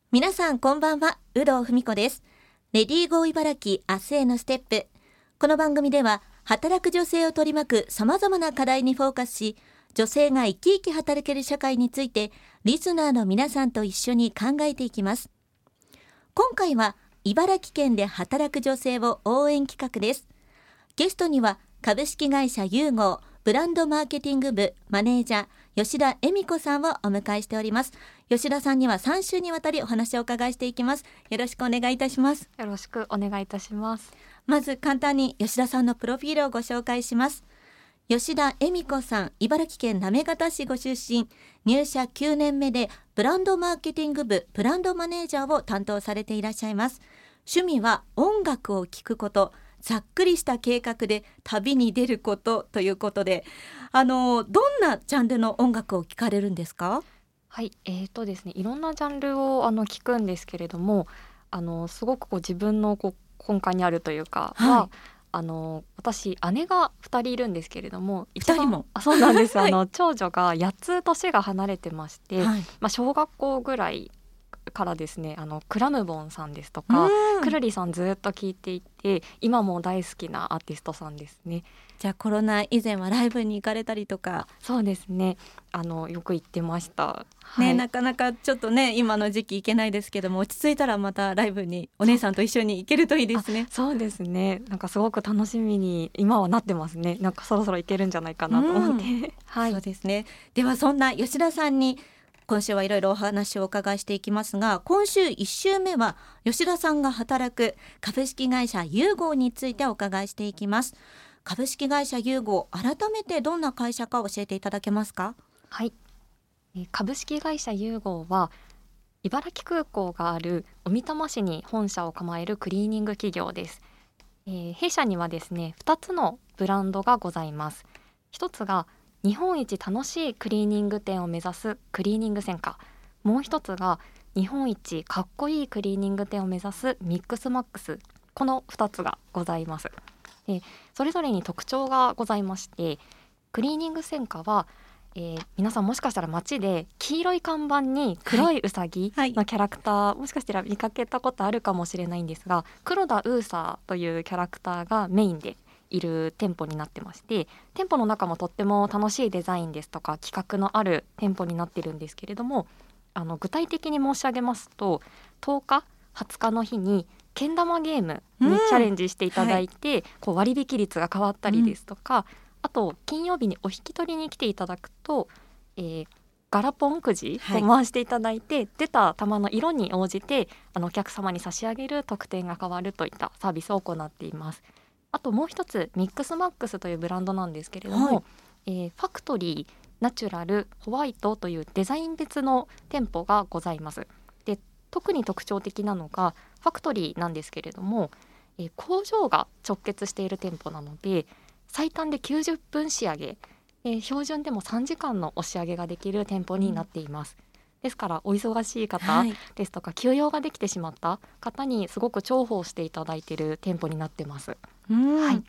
皆さんこんばんは、有働文子です。レディーゴー茨城、明日へのステップ。この番組では働く女性を取り巻くさまざまな課題にフォーカスし、女性が生き生き働ける社会についてリスナーの皆さんと一緒に考えていきます。今回は茨城県で働く女性を応援企画です。ゲストには株式会社ユーゴーブランドマーケティング部マネージャー吉田恵美子さんをお迎えしております。吉田さんには3週にわたりお話をお伺いしていきます。よろしくお願いいたします。 よろしくお願いいたします。 まず簡単に吉田さんのプロフィールをご紹介します。吉田恵美子さん、茨城県行方市ご出身、入社9年目でブランドマーケティング部ブランドマネージャーを担当されていらっしゃいます。趣味は音楽を聴くこと、ざっくりした計画で旅に出ることということで、どんなジャンルの音楽を聴かれるんですか？ はい、ですね、いろんなジャンルを聞くんですけれども、すごく自分の根幹にあるというかは、私姉が2人いるんですけれども、 2人もそうなんです、 はい、 長女が8つ年が離れてまして、 はい、 小学校ぐらいからですね、クラムボンさんですとか、くるりさんずっと聴いていて、今も大好きなアーティストさんですね。 じゃあコロナ以前はライブに行かれたりとか？ そうですね、よく行ってました、 なかなかちょっとね今の時期行けないですけども、落ち着いたらまたライブにお姉さんと一緒に行けるといいですね。 そうですね、すごく楽しみに今はなってますね。そろそろ行けるんじゃないかなと思って、はい、 そうですね。ではそんな吉田さんに今週はいろいろお話をお伺いしていきますが、今週1週目は吉田さんが働く株式会社ユーゴーについてお伺いしていきます。株式会社ユーゴー、改めてどんな会社か教えていただけますか？ はい、株式会社ユーゴーは茨城空港がある小美玉市に本社を構えるクリーニング企業です。弊社にはですね2つのブランドがございます。一つが日本一楽しいクリーニング店を目指すクリーニング専科、もう一つが日本一かっこいいクリーニング店を目指すミックスマックス、この2つがございます。それぞれに特徴がございまして、クリーニング専科は、皆さんもしかしたら街で黄色い看板に黒いウサギのキャラクター、もしかしたら見かけたことあるかもしれないんですが、黒田ウーサーというキャラクターがメインでいる店舗になってまして、店舗の中もとっても楽しいデザインですとか企画のある店舗になっているんですけれども、具体的に申し上げますと、10日20日の日にけん玉ゲームにチャレンジしていただいて、割引率が変わったりですとか、あと金曜日にお引き取りに来ていただくと、ガラポンくじを回していただいて、出た玉の色に応じてお客様に差し上げる特典が変わるといったサービスを行っています。あともう一つミックスマックスというブランドなんですけれども、ファクトリー、ナチュラル、ホワイトというデザイン別の店舗がございます。で、特に特徴的なのがファクトリーなんですけれども、工場が直結している店舗なので、最短で90分仕上げ、標準でも3時間のお仕上げができる店舗になっています。ですからお忙しい方ですとか、休養ができてしまった方にすごく重宝していただいている店舗になってます。はい、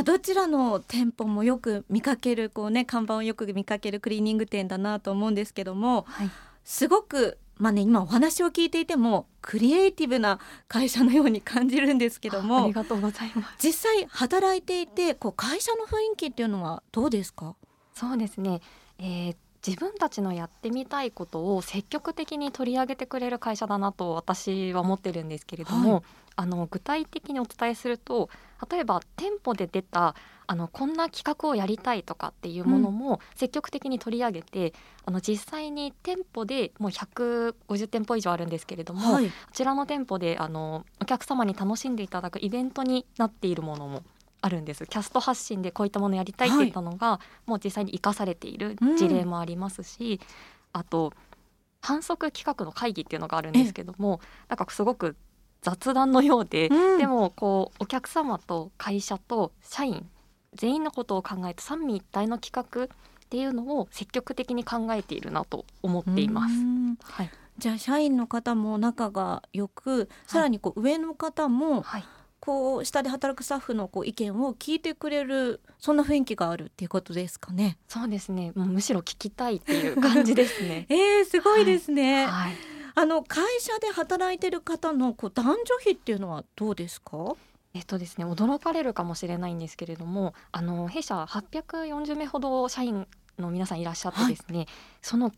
どちらの店舗もよく見かける看板をよく見かけるクリーニング店だなと思うんですけども、すごく今お話を聞いていてもクリエイティブな会社のように感じるんですけども、 ありがとうございます。 実際働いていて会社の雰囲気っていうのはどうですか？ そうですね、自分たちのやってみたいことを積極的に取り上げてくれる会社だなと私は思ってるんですけれども、具体的にお伝えすると、例えば店舗で出たこんな企画をやりたいとかっていうものも積極的に取り上げて、実際に店舗でもう150店舗以上あるんですけれども、こちらの店舗でお客様に楽しんでいただくイベントになっているものもあるんです。キャスト発信でこういったものやりたいって言ったのが、もう実際に生かされている事例もありますし、あと反則企画の会議っていうのがあるんですけども、すごく雑談のようで、でもお客様と会社と社員全員のことを考えて三位一体の企画っていうのを積極的に考えているなと思っています。 じゃあ社員の方も仲が良く、さらに上の方も、下で働くスタッフの意見を聞いてくれる、そんな雰囲気があるっていうことですかね？ そうですね、もうむしろ聞きたいっていう感じですね。 すごいですね。 会社で働いてる方の男女比っていうのはどうですか？ ですね、驚かれるかもしれないんですけれども、弊社840名ほど社員の皆さんいらっしゃってですね、その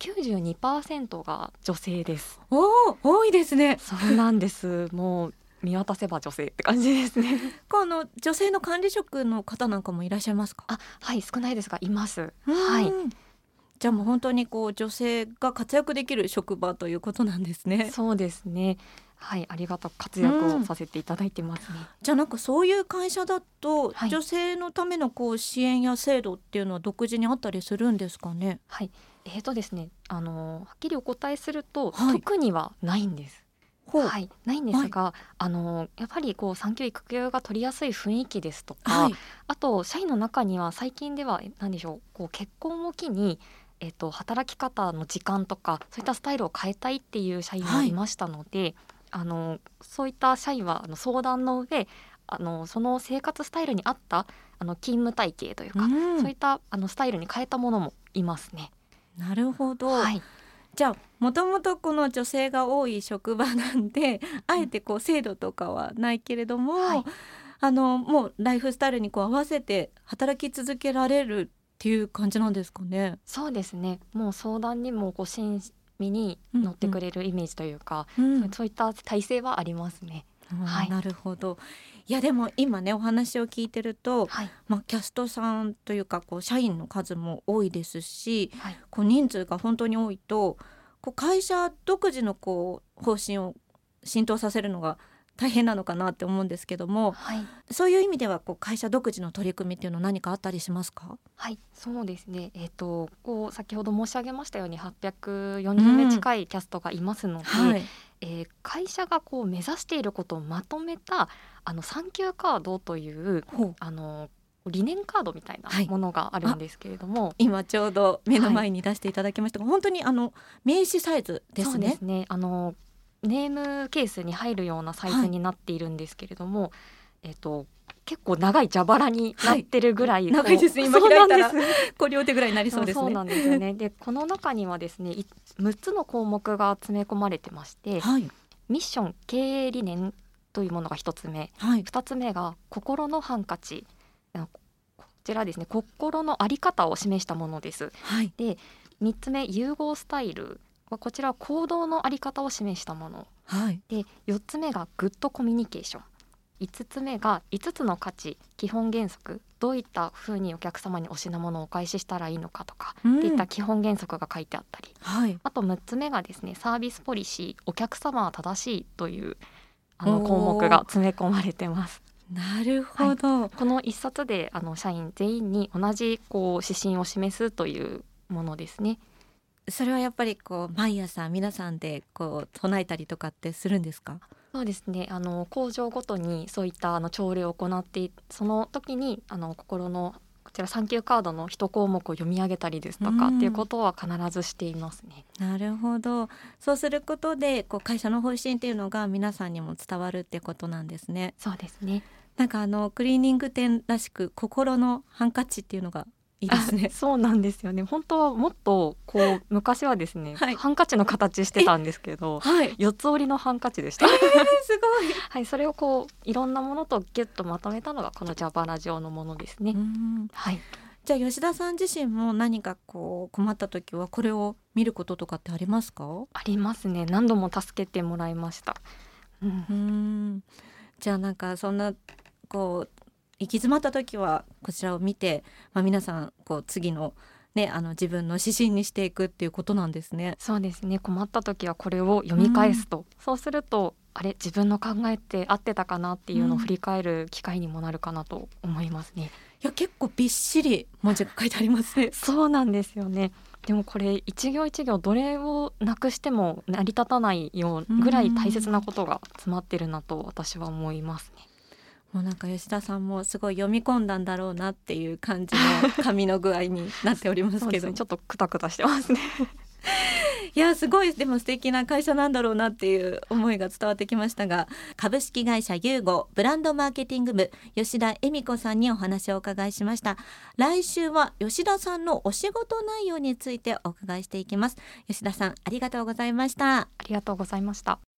92% が女性です。 多いですね。 そうなんです。もう見渡せば女性って感じですね。 女性の管理職の方なんかもいらっしゃいますか？ はい、少ないですがいます。はい。 じゃあもう本当に女性が活躍できる職場ということなんですね。 そうですね。はい、ありがたく活躍をさせていただいてますね。 じゃあそういう会社だと、 はい、 女性のための支援や制度っていうのは独自にあったりするんですかね？ はい、ですね、はっきりお答えすると、 はい、 特にはないんです。はい、ないんですが、やっぱり産休育休が取りやすい雰囲気ですとか、あと社員の中には最近では何でしょう、結婚を機に、働き方の時間とかそういったスタイルを変えたいっていう社員もいましたので、そういった社員は相談の上、その生活スタイルに合った勤務体系というか、そういったスタイルに変えたものもいますね。 なるほど、 はい、 じゃあもともとこの女性が多い職場なんで、あえて制度とかはないけれども、もうライフスタイルに合わせて働き続けられるっていう感じなんですかね？ そうですね、もう相談にも親身に乗ってくれるイメージというか、そういった体制はありますね。 なるほど。いやでも今ねお話を聞いてると、キャストさんというか社員の数も多いですし、人数が本当に多いと会社独自の方針を浸透させるのが大変なのかなって思うんですけども、そういう意味では会社独自の取り組みっていうのは何かあったりしますか？ はい、そうですね、先ほど申し上げましたように840名近いキャストがいますので、会社が目指していることをまとめた産休カードという理念カードみたいなものがあるんですけれども、 今ちょうど目の前に出していただきましたが、本当に名刺サイズですね。 そうですね、ネームケースに入るようなサイズになっているんですけれども、結構長い蛇腹になってるぐらい、 長いですね。今開いたら両手ぐらいになりそうですね。 そうなんですよね。でこの中にはですね6つの項目が詰め込まれてまして、ミッション経営理念というものが1つ目、2つ目が心のハンカチ、こちらですね、心の在り方を示したものです。で3つ目融合スタイル、こちらは行動の在り方を示したもの、で4つ目がグッドコミュニケーション、5つ目が5つの価値基本原則、どういったふうにお客様にお品物をお返ししたらいいのかとか、っていった基本原則が書いてあったり、あと6つ目がですねサービスポリシー、お客様は正しいという項目が詰め込まれてます。 なるほど、 この1冊で社員全員に同じ指針を示すというものですね。 それはやっぱり毎朝皆さんで唱えたりとかってするんですか？ そうですね、工場ごとにそういった朝礼を行って、その時に心のこちら産休カードの1項目を読み上げたりですとかっていうことは必ずしていますね。 なるほど、そうすることで会社の方針っていうのが皆さんにも伝わるってことなんですね。 そうですね、 なんかクリーニング店らしく心のハンカチっていうのがいいですね。 そうなんですよね。本当はもっと昔はですね、ハンカチの形してたんですけど、4つ折りのハンカチでした。 すごい。 それをいろんなものとギュッとまとめたのがこの蛇腹状のものですね。 じゃあ吉田さん自身も何か困った時はこれを見ることとかってありますか？ ありますね。何度も助けてもらいました。 じゃあなんかそんな行き詰まった時はこちらを見て、皆さん次のね自分の指針にしていくっていうことなんですね。 そうですね、困った時はこれを読み返すと、そうすると自分の考えって合ってたかなっていうのを振り返る機会にもなるかなと思いますね。 いや結構びっしり文字が書いてありますね。 そうなんですよね。でもこれ一行一行どれをなくしても成り立たないようぐらい大切なことが詰まってるなと私は思いますね。 もうなんか吉田さんもすごい読み込んだんだろうなっていう感じの紙の具合になっておりますけどちょっとクタクタしてますね。 いやすごい、でも素敵な会社なんだろうなっていう思いが伝わってきましたが、株式会社ユーゴブランドマーケティング部吉田恵美子さんにお話をお伺いしました。来週は吉田さんのお仕事内容についてお伺いしていきます。吉田さん、ありがとうございました。 ありがとうございました。